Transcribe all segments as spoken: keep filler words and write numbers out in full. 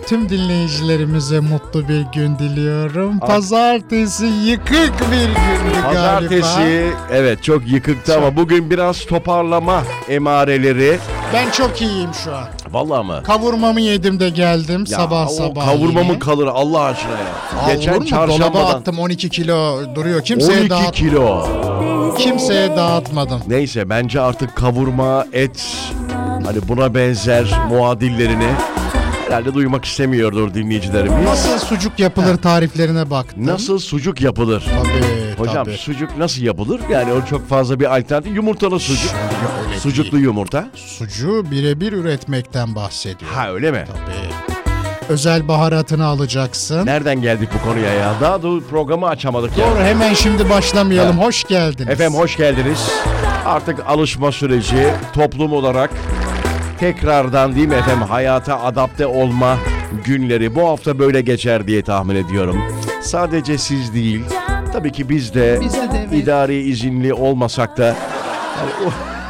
Tüm dinleyicilerimize mutlu bir gün diliyorum. Pazartesi yıkık bir gün galiba. Pazartesi evet çok yıkıktı çok. Ama bugün biraz toparlama emareleri. Ben çok iyiyim şu an. Vallahi mı? Kavurmamı yedim de geldim ya, sabah sabah. Kavurma yine. mı kalır Allah aşkına ya? Aa, Geçen çarşambadan. Dolaba attım on iki kilo duruyor. Kimseye on iki dağıt... kilo. Kimseye dağıtmadım. Neyse bence artık kavurma, et, hani buna benzer muadillerini herhalde duymak istemiyordur dinleyicilerimiz. Nasıl sucuk yapılır tariflerine baktım. Nasıl sucuk yapılır? Tabii. Hocam tabii. sucuk nasıl yapılır? Yani o çok fazla bir alternatif. Yumurtalı sucuk. Sucuklu değil. Yumurta. Sucuğu birebir üretmekten bahsediyor. Ha öyle mi? Tabii. Özel baharatını alacaksın. Nereden geldik bu konuya ya? Daha da programı açamadık ya. Doğru yani. Hemen şimdi başlamayalım. Ha. Hoş geldiniz. Efendim hoş geldiniz. Artık alışma süreci toplum olarak tekrardan değil mi efendim hayata adapte olma günleri bu hafta böyle geçer diye tahmin ediyorum. Sadece siz değil tabii ki biz de, biz de, de evet. idari izinli olmasak da yani,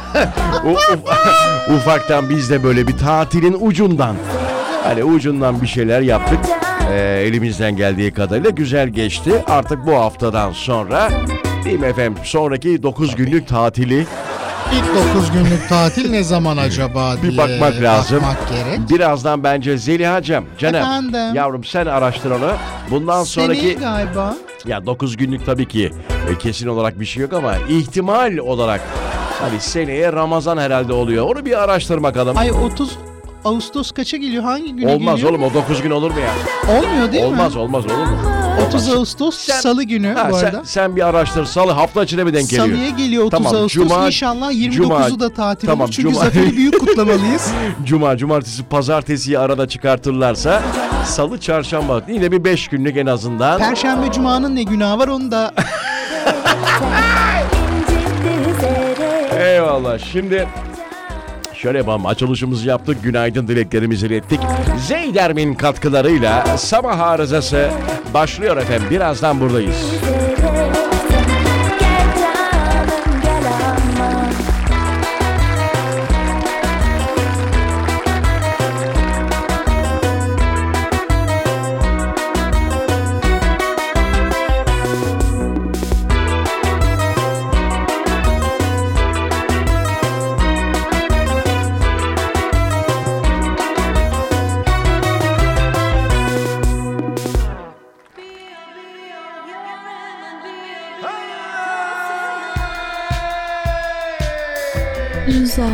uf, ufaktan biz de böyle bir tatilin ucundan hani ucundan bir şeyler yaptık. Ee, elimizden geldiği kadarıyla güzel geçti. Artık bu haftadan sonra değil mi efendim sonraki dokuz günlük tatili İlk dokuz günlük tatil ne zaman acaba diye bir bakmak lazım. Bakmak gerek. Birazdan bence Zeliha'cığım canım Efendim? Yavrum sen araştır onu. Bundan sonraki Seneye galiba. Ya dokuz günlük tabii ki e, kesin olarak bir şey yok ama ihtimal olarak hani seneye Ramazan herhalde oluyor. Onu bir araştır bakalım. Ay otuz Ağustos kaça geliyor? Hangi güne olmaz geliyor? Olmaz oğlum o dokuz gün olur mu ya? Olmuyor değil olmaz, mi? Olmaz olmaz olur mu? otuz Ağustos sen, Salı günü ha, bu sen, arada. Sen bir araştır. Salı hafta içine mi denk geliyor? Salıya geliyor otuz tamam, Ağustos. Cuma, İnşallah yirmi dokuzu Cuma, da tatil tamam, olur. Çünkü Cuma. zaferi büyük kutlamalıyız. Cuma, cumartesi, pazartesiyi arada çıkartırlarsa Salı, çarşamba yine bir beş günlük en azından. Perşembe, Cuma'nın ne günahı var onu da... Eyvallah. Şimdi şöyle yapalım. Açılışımızı yaptık. Günaydın dileklerimizi ilettik. Zeydermin katkılarıyla sabah arızası başlıyor efendim. Birazdan buradayız. Rıza.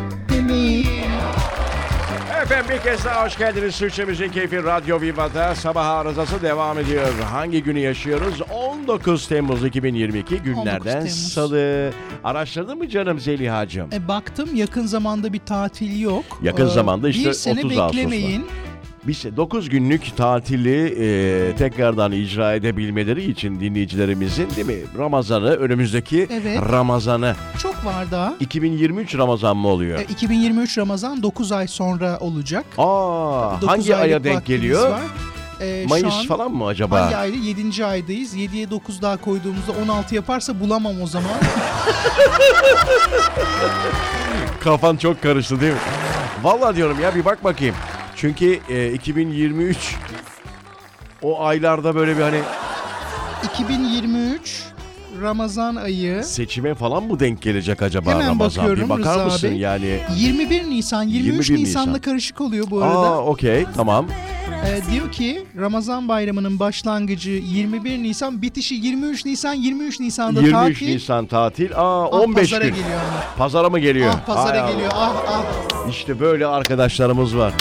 Efendim bir kez daha hoş geldiniz. Türkçemizin keyfi Radyo Viva'da sabah arızası devam ediyor. Hangi günü yaşıyoruz? on dokuz Temmuz iki bin yirmi iki günlerden Salı. Araştırdın mı canım Zeliha'cığım? E, baktım yakın zamanda bir tatil yok. Yakın ee, zamanda işte bir sene otuz Ağustos beklemeyin. var. Biz dokuz günlük tatili e, tekrardan icra edebilmeleri için dinleyicilerimizin değil mi? Ramazan'ı, önümüzdeki evet. Ramazan'ı. Çok var daha. iki bin yirmi üç Ramazan mı oluyor? E, iki bin yirmi üç Ramazan dokuz ay sonra olacak. Aa, hangi aya denk geliyor? Ee, Mayıs an, falan mı acaba? Hangi ayda? yedinci aydayız. yediye dokuz daha koyduğumuzda on altı yaparsa bulamam o zaman. Kafan çok karıştı değil mi? Vallahi diyorum ya bir bak bakayım. Çünkü e, iki bin yirmi üç o aylarda böyle bir hani... iki bin yirmi üç Ramazan ayı... Seçime falan mı denk gelecek acaba hemen Ramazan? Bakıyorum, bir bakar Rıza mısın Bey. yani? yirmi bir Nisan, yirmi üç yirmi bir Nisan'la Nisan. karışık oluyor bu arada. Aa okey tamam. Ee, diyor ki Ramazan bayramının başlangıcı yirmi bir Nisan, bitişi yirmi üç Nisan, yirmi üç Nisan'da yirmi üç tatil. yirmi üç Nisan tatil. Aa ah, on beş pazara gün. Geliyor ama. Pazara mı geliyor? Ah pazara Hay geliyor. Allah. Ah ah. İşte böyle arkadaşlarımız var.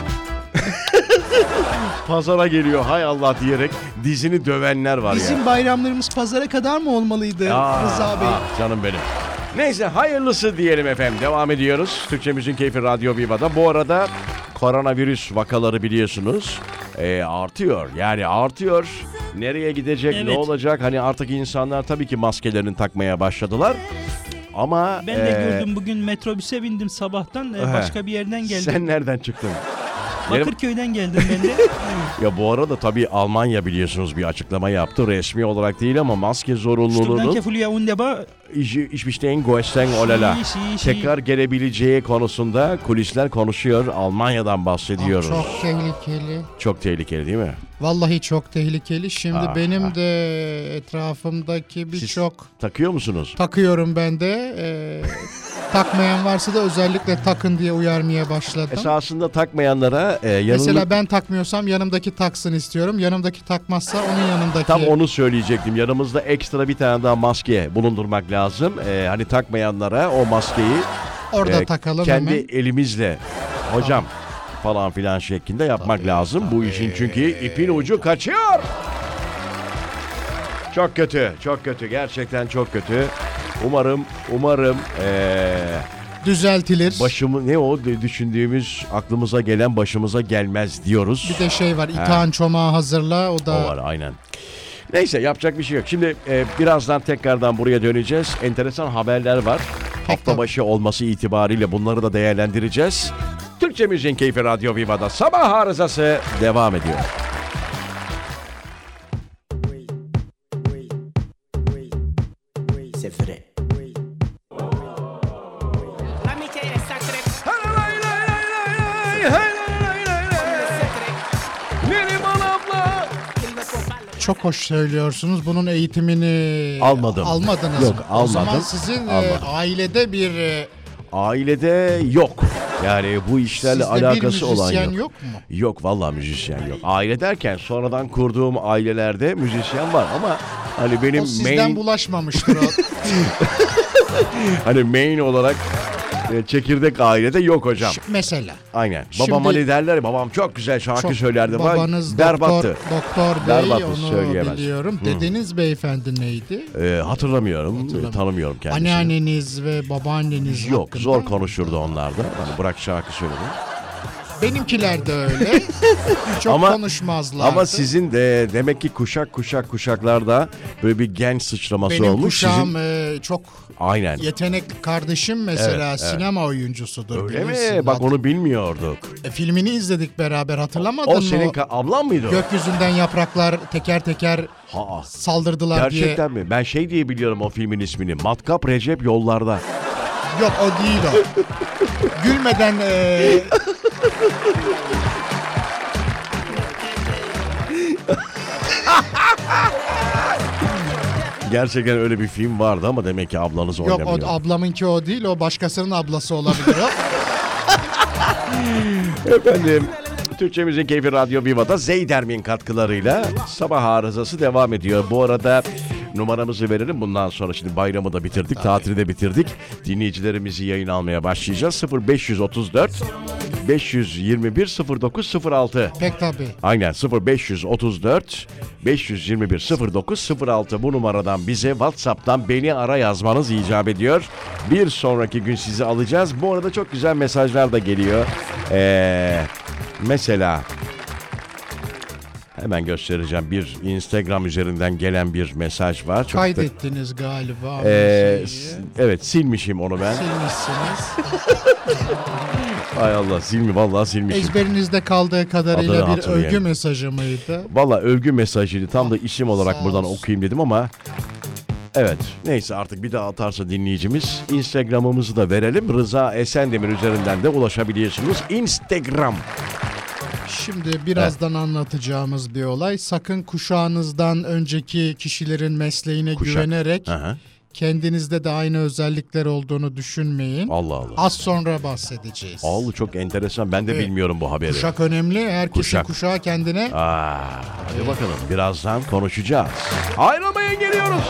Pazara geliyor hay Allah diyerek dizini dövenler var Bizim ya. Bizim bayramlarımız pazara kadar mı olmalıydı Aa, Rıza Bey? Ah, canım benim. Neyse hayırlısı diyelim efendim. Devam ediyoruz. Türkçemizin keyfi Radyo Viva'da. Bu arada koronavirüs vakaları biliyorsunuz e, artıyor. Yani artıyor. Nereye gidecek, evet. Ne olacak? Hani artık insanlar tabii ki maskelerini takmaya başladılar. Ama ben de e, gördüm bugün metrobüse bindim sabahtan. E, başka bir yerden geldim. Sen nereden çıktın? Bakırköy'den geldim ben de. Ya bu arada tabii Almanya biliyorsunuz bir açıklama yaptı. Resmi olarak değil ama maske Stundan zorunluluğunun kefülüye undeba. İşmişten Goesten olala. Şi, şi, şi. Tekrar gelebileceği konusunda kulisler konuşuyor. Almanya'dan bahsediyoruz. Çok tehlikeli. Çok tehlikeli değil mi? Vallahi çok tehlikeli. Şimdi Aa, benim aa. de etrafımdaki birçok Takıyor musunuz? takıyorum ben de. Ee, takmayan varsa da özellikle takın diye uyarmaya başladım. Esasında takmayanlara e, yanılma... Mesela ben takmıyorsam yanımdaki taksın istiyorum. Yanımdaki takmazsa onun yanındaki. Tam onu söyleyecektim. Yanımızda ekstra bir tane daha maske bulundurmak lazım. Ee, hani takmayanlara o maskeyi Orada e, takalım kendi hemen. elimizle hocam falan filan şeklinde yapmak Tabii, lazım. Bu tabii. işin çünkü ipin ucu kaçıyor. Çok kötü, çok kötü. Gerçekten çok kötü. Umarım, umarım ee, Düzeltilir. başımı ne o düşündüğümüz aklımıza gelen başımıza gelmez diyoruz. Bir de şey var. İtağın çomağı hazırla. O da O var aynen. Neyse yapacak bir şey yok. Şimdi e, birazdan tekrardan buraya döneceğiz. Enteresan haberler var. Hafta başı olması itibariyle bunları da değerlendireceğiz. Türkçe Müziğin Keyfi Radyo Viva'da sabah arızası devam ediyor. çok hoş söylüyorsunuz. Bunun eğitimini Almadım. almadınız Yok, mı? almadım. O zaman sizin e, Almadım. ailede bir e, Ailede yok. Yani bu işlerle sizde bir alakası olan müzisyen yok. yok mu? Yok vallahi müzisyen yok. Aile derken sonradan kurduğum ailelerde müzisyen var ama hani benim O sizden main bulaşmamıştır o. hani main olarak e, çekirdek ailede yok hocam. Mesela. Aynen. Şimdi- Babam hani derler ya, babam çok güzel şarkı Çok, söylerdi. Vay, babanız berbattı. doktor, doktor Bey Berbattı, onu söyleyemez. biliyorum. Hı. Dedeniz beyefendi neydi? Ee, hatırlamıyorum. Hatırlamıyorum. Tanımıyorum kendisini. Anneanneniz ve babaanneniz Yok, hakkında. zor konuşurdu onlar da. Hani bırak şarkı söyledi. Benimkiler de öyle. Çok Ama- konuşmazlardı. Ama sizin de demek ki kuşak kuşak kuşaklarda böyle bir genç sıçraması Benim olmuş. kuşağım Sizin e, çok aynen. yetenekli kardeşim mesela Evet, evet. sinema oyuncusudur. Öyle bilirsin. mi? Bak Hat- onu bilmiyorduk. E, filmini izledik beraber, hatırlamadın O mı? senin ka- ablan mıydı o? Gökyüzünden yapraklar teker teker Ha. saldırdılar diye. Gerçekten mi? Ben şey diye biliyorum o filmin ismini. Matkap Recep Yollarda. Yok, o değil o. Gülmeden e, Gerçekten öyle bir film vardı ama demek ki ablanız yok oynamıyor. o ablamınki o değil, o başkasının ablası olabilir o. Efendim, Türkçe Müziğin Keyfi Radyo Viva'da Zeydermin katkılarıyla sabah arızası devam ediyor. Bu arada numaramızı verelim. Bundan sonra şimdi bayramı da bitirdik, tatili de bitirdik. Dinleyicilerimizi yayın almaya başlayacağız. sıfır beş otuz dört beş yirmi bir sıfır dokuz sıfır altı. Pek tabii. Aynen sıfır beş otuz dört beş yirmi bir sıfır dokuz sıfır altı bu numaradan bize WhatsApp'tan beni ara yazmanız icap ediyor. Bir sonraki gün sizi alacağız. Bu arada çok güzel mesajlar da geliyor. Ee, mesela hemen göstereceğim, bir Instagram üzerinden gelen bir mesaj var. Çok da- Kaydettiniz galiba. Ee, şeyi. s- evet silmişim onu ben. Silmişsiniz. Ay Allah, silmi vallahi silmişim. Ezberinizde kaldığı Adını kadarıyla bir hatırlayayım. övgü mesajı mıydı? Valla övgü mesajıydı. Tam da isim olarak Sağ buradan olsun. okuyayım dedim ama evet, neyse artık bir daha atarsa dinleyicimiz. Instagram'ımızı da verelim. Rıza Esendemir üzerinden de ulaşabiliyorsunuz. Instagram. Şimdi birazdan anlatacağımız bir olay. Sakın kuşağınızdan önceki kişilerin mesleğine Kuşak. güvenerek Aha. kendinizde de aynı özellikler olduğunu düşünmeyin. Allah Allah. Az sonra bahsedeceğiz. Allah, çok enteresan. Ben de Evet. bilmiyorum bu haberi. Kuşak önemli. Herkesin Kuşak. kuşağı kendine. Aa, hadi bakalım. Birazdan konuşacağız. Ayrılmayın, geliyoruz.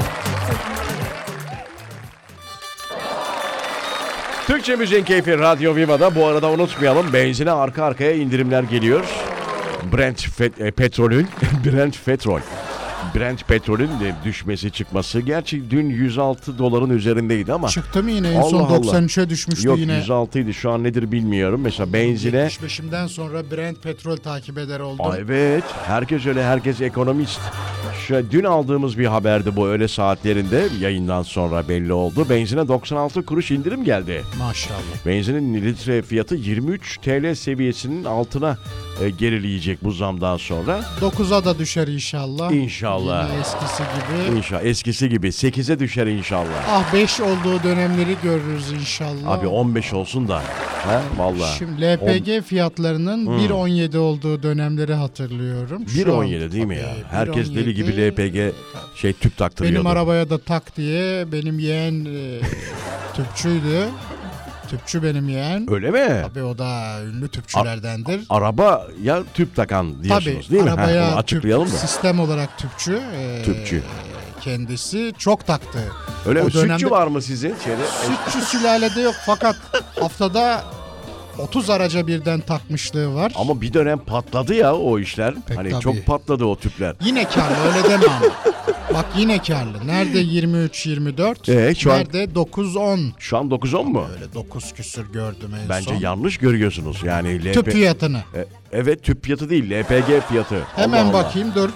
Türkçe Müziğin Keyfi Radyo Viva'da. Bu arada unutmayalım, benzine arka arkaya indirimler geliyor. Brent Fet- e, petrolün Brent petrol. Brent petrolün de düşmesi çıkması. Gerçi dün yüz altı doların üzerindeydi ama Çıktı mı yine? En Allah son Allah. doksan üçe düşmüştü yok, yine. yüz altı idi. Şu an nedir bilmiyorum. Mesela benzine yetmiş beşimden sonra Brent petrol takip eder oldu. Aa, evet, herkes öyle, herkes ekonomist. Şu, dün aldığımız bir haberdi bu, öğle saatlerinde yayından sonra belli oldu. Benzine doksan altı kuruş indirim geldi. Maşallah. Benzinin litre fiyatı yirmi üç TL seviyesinin altına e, gerileyecek bu zamdan sonra. dokuza da düşer inşallah. İnşallah. Yine eskisi gibi. İnşallah eskisi gibi sekize düşer inşallah. Ah beş olduğu dönemleri görürüz inşallah. Abi on beş olsun da. Ha vallahi. Şimdi L P G fiyatlarının Hmm. bir on yedi olduğu dönemleri hatırlıyorum. Şu bir on yedi an- değil mi ya? tabii, Herkes bir on deli yedi. gibi L P G şey tüp taktırıyordu. Benim arabaya da tak diye benim yeğen e, tüpçüydü. Tüpçü benim yeğen. Öyle mi? Tabii o da ünlü tüpçülerdendir. Araba ya tüp takan diyorsunuz Tabii değil mi? Ha, arabaya onu açıklayalım tüp, da. sistem olarak tüpçü. e, Tüpçü. Kendisi çok taktı. Öyle o mi? dönemde- Sütçü var mı sizin şeyde? Sütçü sülalede yok fakat haftada otuz araca birden takmışlığı var. Ama bir dönem patladı ya o işler. Pek hani tabii. çok patladı o tüpler. Yine karlı öyle deme ama. Bak yine karlı. Nerede yirmi üç yirmi dört? Ee, şu an- nerede dokuz on? Şu an dokuz on mu? Öyle dokuz küsür gördüm en Bence son. yanlış görüyorsunuz. Yani L P... Tüp fiyatını. E, evet tüp fiyatı değil, L P G fiyatı. Hemen Allah Allah. bakayım dur.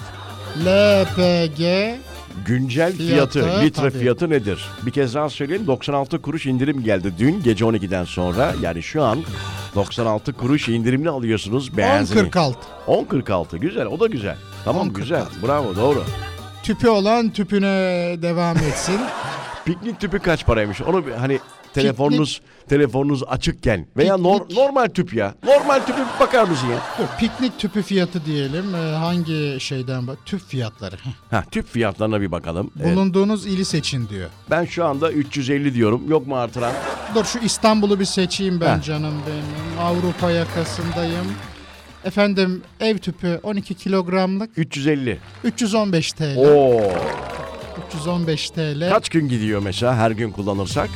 L P G Güncel fiyatı, Fiyatı, litre tabii. fiyatı nedir? Bir kez daha söyleyeyim, doksan altı kuruş indirim geldi dün gece on ikiden sonra. Yani şu an doksan altı kuruş indirimli alıyorsunuz on benzini. kırk altı. on kırk altı güzel, o da güzel. Tamam on kırk güzel, altı. bravo, doğru. Tüpü olan tüpüne devam etsin. Piknik tüpü kaç paraymış? Onu bir, hani telefonunuz telefonunuz açıkken veya nor- Piknik. normal tüp ya. Normal tüpü bir bakar mısın ya? Dur, piknik tüpü fiyatı diyelim. Ee, hangi şeyden bak? Tüp fiyatları. Ha, tüp fiyatlarına bir bakalım. Evet, Bulunduğunuz ili seçin diyor. ben şu anda üç yüz elli diyorum. Yok mu artıran? Dur şu İstanbul'u bir seçeyim ben Heh. canım benim. Avrupa yakasındayım. Efendim ev tüpü on iki kilogramlık üç yüz elli. üç yüz on beş TL. Oo. üç yüz on beş TL. Kaç gün gidiyor mesela her gün kullanırsak?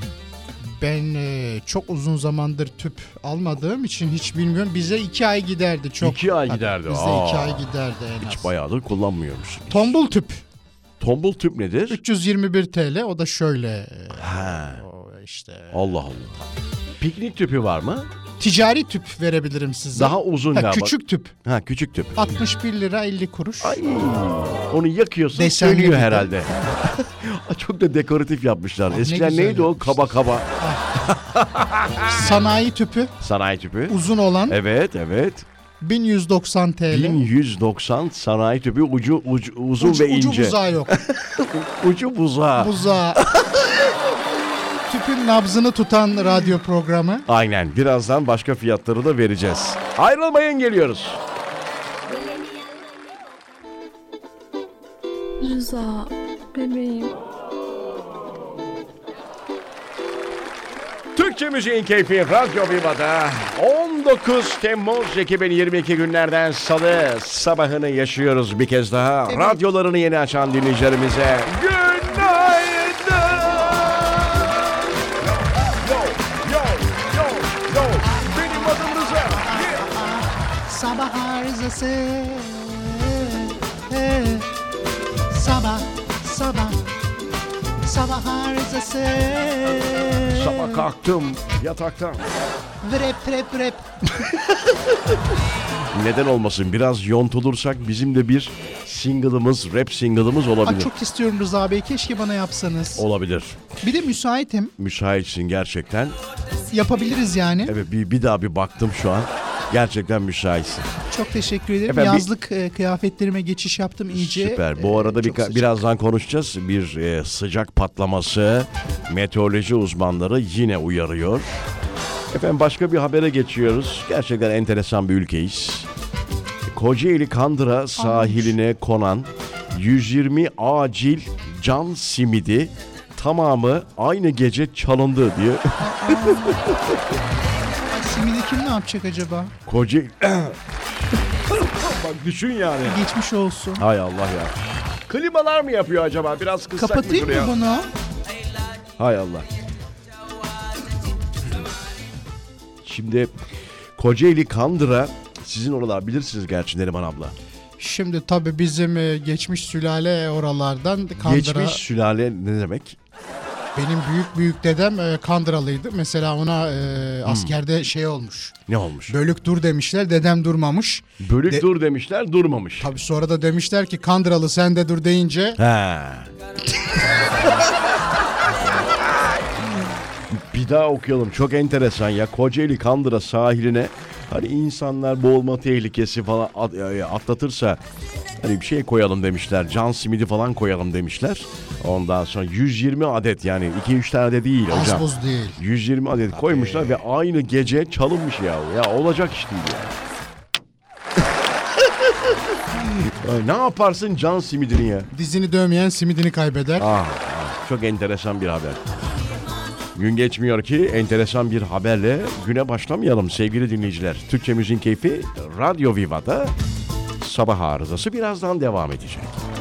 Ben e, çok uzun zamandır tüp almadığım için hiç bilmiyorum. Bize iki ay giderdi çok. İki ay Tabii, giderdi. Bize Aa. iki ay giderdi en Hiç az. bayağıdır kullanmıyormuşsun. Tombul tüp Tombul tüp nedir? üç yüz yirmi bir TL. O da şöyle. e, Ha. o işte. Allah Allah. Piknik tüpü var mı? Ticari tüp verebilirim size. Daha uzun ha, galiba. küçük tüp. Ha, küçük tüp. altmış bir lira elli kuruş. Ay, onu yakıyorsun, Desenli sönüyor bir de. herhalde. Çok da dekoratif yapmışlar. Ah, ne Eskiden güzel neydi o? yapmışlar. Kaba kaba. Sanayi tüpü Sanayi tüpü. uzun olan Evet, evet. bin yüz doksan TL. bin yüz doksan sanayi tüpü ucu, ucu uzun ucu, ve ince. ucu buzağı yok. Ucu buzağı. Buzağı. Tüpün nabzını tutan radyo programı. Aynen. Birazdan başka fiyatları da vereceğiz. Ayrılmayın, geliyoruz. Rıza, bebeğim. Türkçe Müziğin Keyfi Radyo Viva'da on dokuz Temmuz iki bin yirmi iki günlerden Salı sabahını yaşıyoruz bir kez daha. Evet. Radyolarını yeni açan dinleyicilerimize günaydın. Yo, yo, yo, yo. Benim adım Rıza. Yeah. Sabah arızası. Sabah, sabah. Sabah arızası. Sabah kalktım yataktan. Vrep vrep vrep. Neden olmasın? Biraz yontulursak bizim de bir single'ımız, rap single'ımız olabilir. Ay, çok istiyorum Rıza Bey. Keşke bana yapsanız. Olabilir. Bir de müsaitim. Müsaitsin gerçekten. Yapabiliriz yani. Evet, bir, bir daha bir baktım şu an. Gerçekten müsaitsin. Çok teşekkür ederim. Efendim, bir- Yazlık e, kıyafetlerime geçiş yaptım iyice. Süper. Bu E, arada çok bir, sıcak. birazdan konuşacağız. Bir e, sıcak patlaması. Meteoroloji uzmanları yine uyarıyor. Efendim başka bir habere geçiyoruz. Gerçekten enteresan bir ülkeyiz. Kocaeli Kandıra sahiline konan yüz yirmi acil can simidi tamamı aynı gece çalındı diye. Ay, simidi kim ne yapacak acaba? Kocaeli... Bak düşün yani. Geçmiş olsun. Hay Allah ya. Klimalar mı yapıyor acaba? Biraz kıssak mı Kapatayım mı şuraya? bunu? Hay Allah. Şimdi Kocaeli Kandıra, sizin oralar bilirsiniz gerçi Neriman abla. Şimdi tabii bizim e, geçmiş sülale oralardan Kandıra. Geçmiş sülale ne demek? Benim büyük büyük dedem e, Kandıralıydı. Mesela ona e, askerde şey olmuş. Ne olmuş? Bölük dur demişler. Dedem durmamış. Bölük De- dur demişler, durmamış. Tabii sonra da demişler ki Kandıralı sen de dur deyince He. Bir daha okuyalım. Çok enteresan ya. Kocaeli Kandıra sahiline hani insanlar boğulma tehlikesi falan at- atlatırsa hani bir şey koyalım demişler. Can simidi falan koyalım demişler. Ondan sonra yüz yirmi adet, yani iki üç tane de değil az hocam. buz değil. yüz yirmi adet koymuşlar ve aynı gece çalınmış ya. Ya olacak iş değil ya. Ay, ne yaparsın can simidini ya? Dizini dövmeyen simidini kaybeder. Ah, ah, çok enteresan bir haber. Gün geçmiyor ki enteresan bir haberle güne başlamayalım sevgili dinleyiciler. Türkçe Müziğin Keyfi Radyo Viva'da sabah arızası birazdan devam edecek.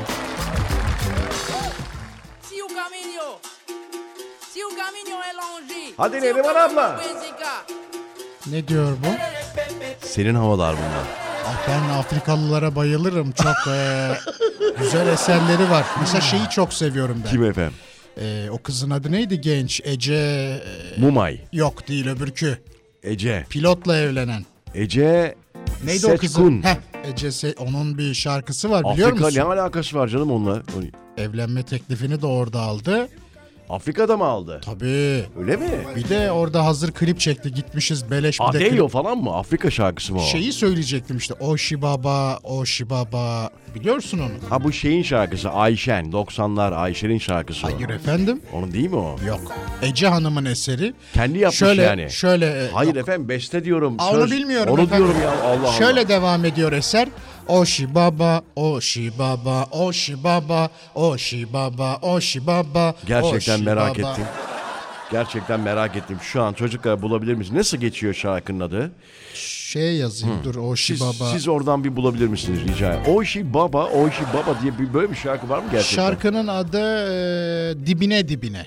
Si o caminho, si o caminho é longe. Hadi se o Neriman caminho abla. vem cá. Ne diyor bu? Senin havalar bunlar. Ah, ben Afrikalılara bayılırım. Çok e, güzel eserleri var. Mesela şeyi çok seviyorum ben. Kim efendim? E, o kızın adı neydi genç? Ece... e, Mumay. yok değil öbürkü. Ece. Pilotla evlenen. Ece Neydi o Seçkun. kızın? Heh, Ece Se- onun bir şarkısı var biliyor Afrika musun? ne alakası var canım onunla? Evlenme teklifini de orada aldı. Afrika'da mı aldı? Tabii. Öyle mi? Bir de orada hazır klip çekti. Gitmişiz beleş bir de Adeyo klip. falan mı? Afrika şarkısı mı o? Şeyi söyleyecektim işte. Oshi Baba, Oshi Baba. Biliyorsun onu? Ha bu şeyin şarkısı Ayşen. doksanlar Ayşen'in şarkısı o. Hayır efendim. Onun değil mi o? Yok. Ece Hanım'ın eseri. Kendi yapmış şöyle, yani. Şöyle. Hayır yok. efendim beste diyorum. Aa, onu bilmiyorum Onu efendim. diyorum ya Allah Şöyle Allah. devam ediyor eser. Oshi Baba, Oshi Baba, Oshi Baba, Oshi Baba, Oshi Baba. Gerçekten Oshi merak Baba. ettim. Gerçekten merak ettim. Şu an çocuklar bulabilir misiniz? Nasıl geçiyor şarkının adı? Şey yazayım dur Oshi Siz, Baba. siz oradan bir bulabilir misiniz rica ederim? Oşi Baba, Oşi Baba diye bir, böyle bir şarkı var mı gerçekten? Şarkının adı e, Dibine Dibine.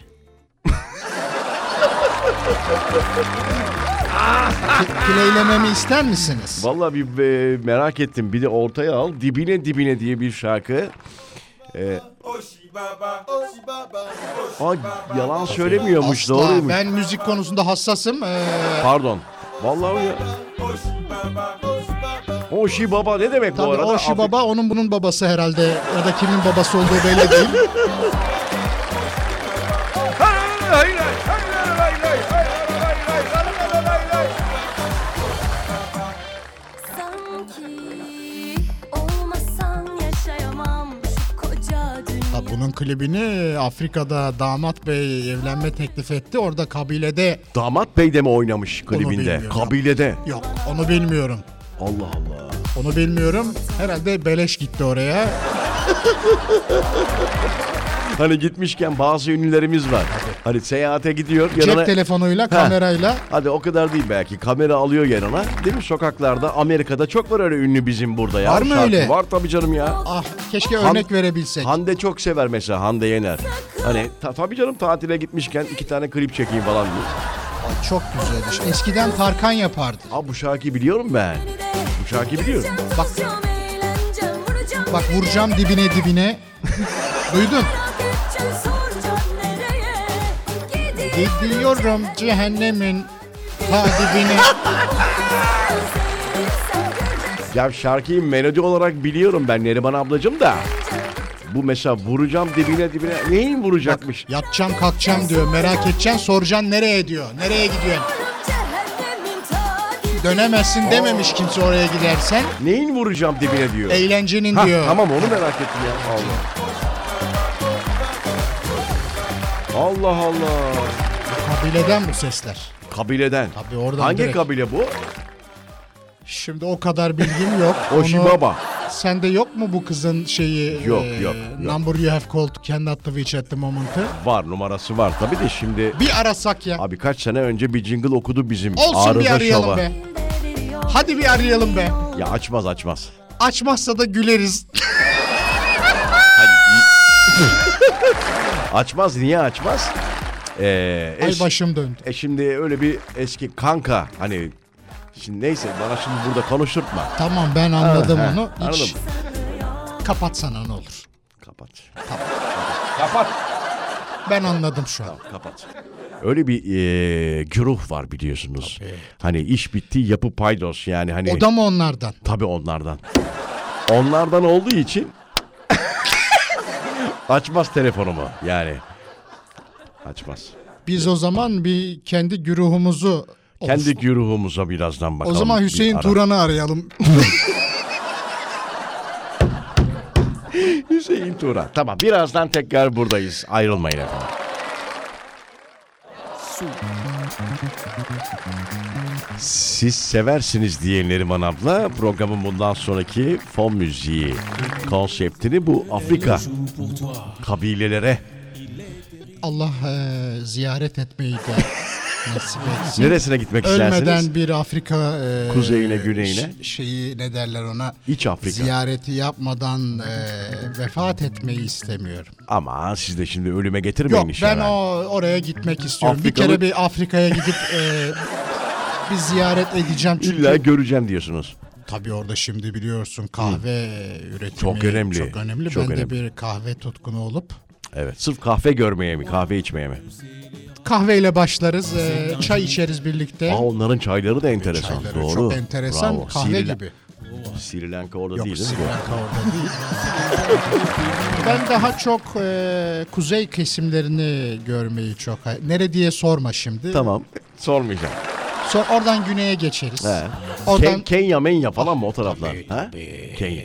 P- Playlememi ister misiniz? Vallahi bir e, merak ettim. Bir de ortaya al. Dibine Dibine diye bir şarkı. Ee, Ay, yalan söylemiyormuş. Asla. Doğruymuş. Ben müzik konusunda hassasım. Ee, Pardon. Vallahi ya. Oşi Baba ne demek bu tabii arada? Oshi Afri- Baba onun bunun babası herhalde. Ya da kimin babası olduğu belli değil. Hayır, hayır, hayır, hayır, hayır, hayır, hayır, hayır, hayır, hayır, hayır. Sanki olmasan yaşayamam şu koca dünya. Ha, bunun klibini Afrika'da damat bey evlenme teklif etti. Orada kabilede Damat Bey de mi oynamış klibinde? bilmiyorum. Kabilede. yok onu bilmiyorum. Allah Allah. Onu bilmiyorum. Herhalde beleş gitti oraya. Hani gitmişken bazı ünlülerimiz var. Hani seyahate gidiyor. Cep Yanına... telefonuyla, kamerayla. Hadi o kadar değil belki. Kamera alıyor yanına. Değil mi? Sokaklarda, Amerika'da çok var öyle ünlü bizim burada ya. Var mı Şarkı öyle? Var tabii canım ya. Ah keşke Han- örnek verebilsek. Hande çok sever mesela, Hande Yener. Hani ta- tabii canım tatile gitmişken iki tane klip çekeyim falan diyor. Ay, çok güzel iş. Eskiden Tarkan yapardı. Aa bu şarkıyı biliyorum ben. Bu şarkıyı biliyorum. Bak bak vuracağım dibine dibine. Duydun? Gidiyorum cehennemin ta dibine. Ya şarkıyı melodi olarak biliyorum ben Neriman ablacığım da. Bu mesela vuracağım dibine dibine. Neyin vuracakmış? Yatacağım kalkacağım diyor. Merak edeceksin soracaksın nereye diyor. Nereye gidiyorsun? Dönemezsin dememiş kimse oraya gidersen. Neyin vuracağım dibine diyor. Eğlencenin Ha, diyor. tamam onu merak ettim ya. Allah. Allah Allah. Kabileden bu sesler. Kabileden. Tabii oradan Hangi direkt. kabile bu? Şimdi o kadar bilgim yok. Oşi Onu- Baba. Sende yok mu bu kızın şeyi? Yok, e, yok, yok. Number you have called cannot the witch at the moment'ı. Var, numarası var tabii de şimdi. Bir arasak ya. Abi kaç sene önce bir jingle okudu bizim. Olsun bir Arıza arayalım Şov'a. be. Hadi bir arayalım be. Ya açmaz açmaz. Açmazsa da güleriz. Açmaz, niye açmaz? Ee, Ay eş- başım döndü. E şimdi öyle bir eski kanka hani şimdi neyse bana şimdi burada konuşturtma. Tamam ben anladım Ha, onu. anladım. Hiç kapatsana ne olur. Kapat. Kapat. Ben anladım şu an. Kapat. Öyle bir e, güruh var biliyorsunuz. Tabii. Hani iş bitti yapı paydos yani hani. O da mı onlardan? Tabii onlardan. Onlardan olduğu için açmaz telefonumu yani. Açmaz. Biz o zaman bir kendi güruhumuzu Kendi güruhumuza birazdan bakalım. O zaman Bir Hüseyin ara. Turan'ı arayalım. Hüseyin Turan. Tamam birazdan tekrar buradayız. Ayrılmayın efendim. Siz seversiniz diye Neriman abla programın bundan sonraki fon müziği konseptini bu Afrika kabilelere Allah e, ziyaret etmeyi de nasip etsin. neresine gitmek istersiniz? Ölmeden bir Afrika e, Kuzeyine, güneyine? ş- şeyi ne derler ona? İç Afrika. Ziyareti yapmadan e, vefat etmeyi istemiyorum. Ama siz de şimdi ölüme getirmeyin Yok işi ben hemen. o oraya gitmek istiyorum. Bir Afrikalı- kere bir Afrika'ya gidip e, bir ziyaret edeceğim çünkü. İlla göreceğim diyorsunuz. Tabii orada şimdi biliyorsun kahve üretimi Çok önemli. Çok önemli. Çok ben önemli. de bir kahve tutkunu olup Evet. Sırf kahve görmeye mi? Kahve içmeye mi? kahveyle başlarız. e, çay içeriz birlikte. Aa onların çayları da enteresan. Çayları Doğru. çok enteresan. Bravo. Kahve Sri- gibi. Sri Lanka orada Yok değil değil Sri mi? Lanka orada değil. Ben daha çok e, kuzey kesimlerini görmeyi çok... Nere diye sorma şimdi. Tamam. Sormayacağım. Sor, oradan güneye geçeriz. He. Oradan Ken- Kenya, Menya falan mı o taraflar? Tabii, ha? tabii. Kenya.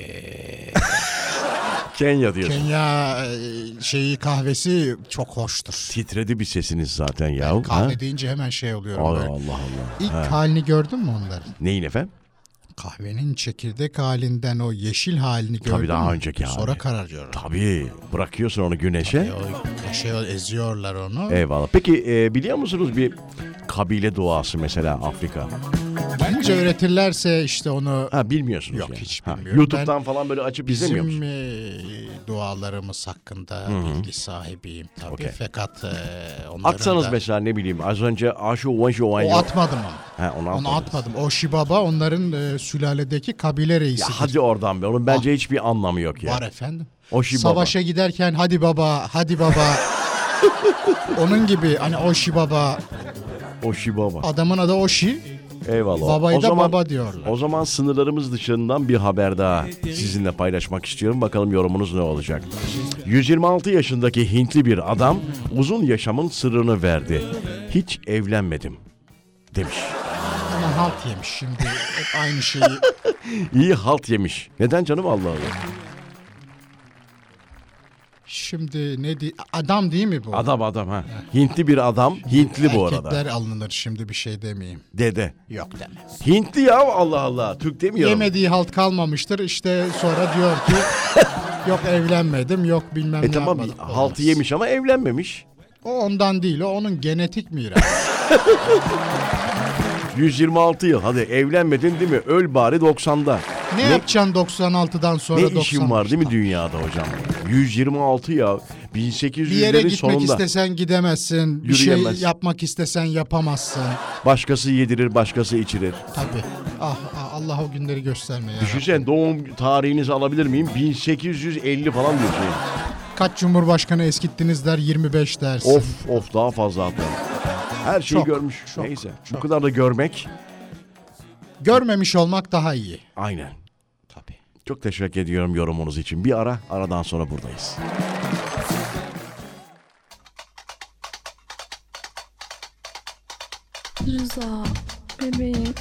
Kenya diyorsun. Kenya e, şeyi kahvesi çok hoştur. Titredi bir sesiniz zaten ya. Kahve deyince hemen şey oluyorum. Allah böyle. Allah Allah. İlk Ha. halini gördün mü onların? Neyin efendim? Kahvenin çekirdek halinden o yeşil halini gördün Tabii daha mü? önceki hali. Sonra kararıyor. Tabii. Bırakıyorsun onu güneşe. E, o şey eziyorlar onu. Eyvallah. Peki e, biliyor musunuz bir kabile duası mesela Afrika? Bence öğretirlerse işte onu Ha bilmiyorsunuz Yok, yani. hiç Ha, bilmiyorum. YouTube'dan Ben falan böyle açıp izlemiyor bizim musun? e, dualarımız hakkında bilgi sahibiyim tabii. Okey. Fakat e, onların Atsanız da... mesela ne bileyim az önce Aşu Vanşu O Vanşu. atmadım onu. Ha, onu Onu atmadınız. atmadım. O Şibaba onların e, sülaledeki kabile Ya reisidir. hadi oradan be. Onun bence hiçbir anlamı yok ya. Var efendim. Oşi Baba. Savaşa giderken hadi baba, hadi baba. Onun gibi hani Oşi Baba. Oşi Baba. Adamın adı Oşi. Eyvallah. Babayı O da zaman- baba diyorlar. O zaman sınırlarımız dışından bir haber daha sizinle paylaşmak istiyorum. Bakalım yorumunuz ne olacak? yüz yirmi altı yaşındaki Hintli bir adam uzun yaşamın sırrını verdi. Hiç evlenmedim demiş. Ama halt yemiş şimdi. Hep aynı şeyi. İyi halt yemiş. Neden canım Allah Allah? Şimdi ne di adam değil mi bu? Adam adam ha. Hintli bir adam. Hintli bu arada. Erkekler alınır şimdi bir şey demeyeyim. Dede. Yok deme. Hintli ya Allah Allah. Türk demiyorum. Yemediği halt kalmamıştır işte sonra diyor ki yok evlenmedim yok bilmem E ne tamam yapmadım. haltı Olmaz. yemiş ama evlenmemiş. O ondan değil o onun genetik mirası. yüz yirmi altı yıl. Hadi evlenmedin değil mi? Öl bari doksanda. ne, yapacaksın doksan altıdan sonra Ne doksan? işin var değil mi dünyada hocam? yüz yirmi altı ya. bin sekiz Bir yere yüzlerin gitmek sonunda. istesen gidemezsin. Bir şey Yürüyemez. yapmak istesen yapamazsın. Başkası yedirir, başkası içirir. Tabii. Ah, ah Allah o günleri gösterme ya. Düşünsene doğum tarihinizi alabilir miyim? bin sekiz yüz elli falan diyorsun. Kaç cumhurbaşkanı eskittiniz der yirmi beş dersin. Of of daha fazla hatta. Her şeyi Çok, görmüş. çok, Neyse. Bu çok. kadar da görmek. Görmemiş olmak daha iyi. Aynen. Tabii. Çok teşekkür ediyorum yorumunuz için. Bir ara, aradan sonra buradayız. Rıza bebeğim.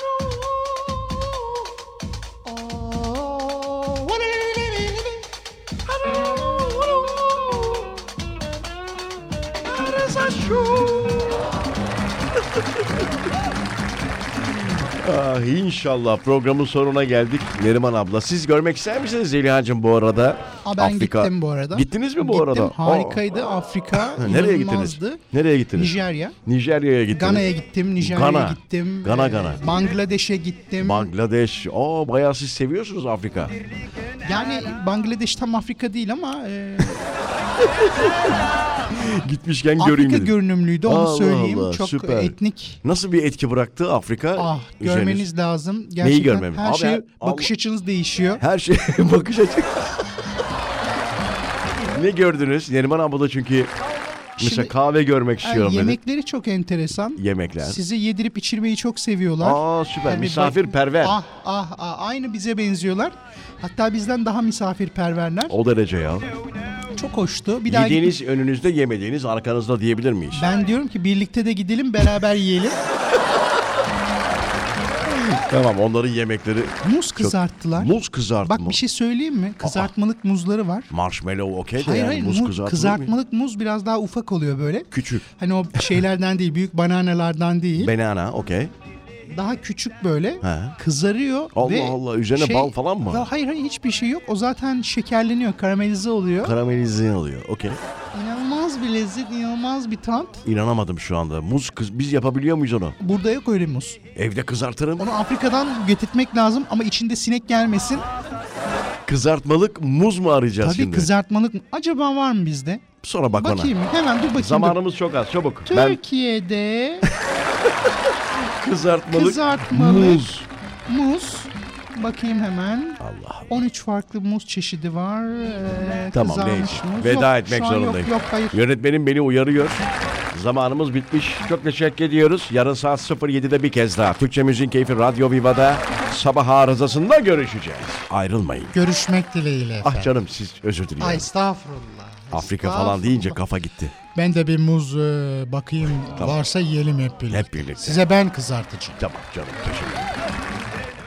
Ah, inşallah programın sonuna geldik. Neriman abla siz görmek ister misiniz Zeliha'cığım bu arada? Aa, ben Afrika. gittim bu arada. Gittiniz mi bu Gittim, arada? harikaydı. Afrika Nereye gittiniz? inanılmazdı. Nereye gittiniz? Nijerya. Nijerya'ya gittiniz. Gana'ya gittim, Nijerya'ya Gana. gittim. Gana, Ee, Gana. Bangladeş'e gittim. Bangladeş. Oo bayağı siz seviyorsunuz Afrika. Yani Bangladeş tam Afrika değil ama e, Gitmişken göreyim Afrika dedim. görünümlüydü onu Allah söyleyeyim. Allah, Çok süper. etnik. Nasıl bir etki bıraktı Afrika? Ah üzeriniz? görmeniz lazım. Gerçekten görmem? her Abi, şey Allah- bakış açınız değişiyor. Her şey bakış açı. Ne gördünüz? Neriman abla çünkü Mesela Şimdi- kahve görmek Yani istiyorum dedi. yemekleri çok enteresan. Yemekler. Sizi yedirip içirmeyi çok seviyorlar. Aa süper. Tabii Misafirperver. bak- Ah, ah ah aynı bize benziyorlar. Hatta bizden daha misafirperverler. O derece ya. Çok hoştu. Bir daha Yediğiniz önünüzde, yemediğiniz arkanızda diyebilir miyiz? ben diyorum ki birlikte de gidelim beraber yiyelim. Tamam, onların yemekleri Muz kızarttılar. muz kızartma. Bak bir şey söyleyeyim mi? Kızartmalık muzları var. Marshmallow okey de Hayır yani hayır muz muz, kızartılır mı? kızartmalık muz biraz daha ufak oluyor böyle. Küçük. Hani o şeylerden değil, büyük bananalardan değil. Banana okey. Daha küçük böyle. He. Kızarıyor Allah ve Allah, üzerine bal falan mı? Ya hayır hayır hiçbir şey yok. O zaten şekerleniyor, karamelize oluyor. Karamelize oluyor. Okey. İnanılmaz bir lezzet, inanılmaz bir tat. İnanamadım şu anda. Muz kız biz yapabiliyor muyuz onu? Burada yok öyle muz. Evde kızartırım. Onu Afrika'dan getirtmek lazım ama içinde sinek gelmesin. Kızartmalık muz mu arayacağız Tabii şimdi? kızartmalık acaba var mı bizde? Sonra bak bana. Bakayım hemen dur bakayım. Zamanımız çok az. Çabuk. dur. Ben Türkiye'de kızartmalık, kızartmalık muz. muz. Bakayım hemen. Allah. on üç farklı muz çeşidi var. Ee, Tamam kızarmış neyse. muz. Veda Yok, etmek şu an zorundayım. Yok yok hayır. Yönetmenim beni uyarıyor. Zamanımız bitmiş. Çok teşekkür ediyoruz. Yarın saat sıfır yedide bir kez daha Türkçe Müziğin Keyfi Radyo Viva'da sabah arızasında görüşeceğiz. Ayrılmayın. Görüşmek dileğiyle efendim. Ah canım siz özür dilerim. Ay estağfurullah. Afrika falan Estağfurullah. deyince kafa gitti. Ben de bir muz e, bakayım Tamam. varsa yiyelim hep birlikte. Hep birlikte. Size ben kızartacağım. Tamam canım teşekkür ederim.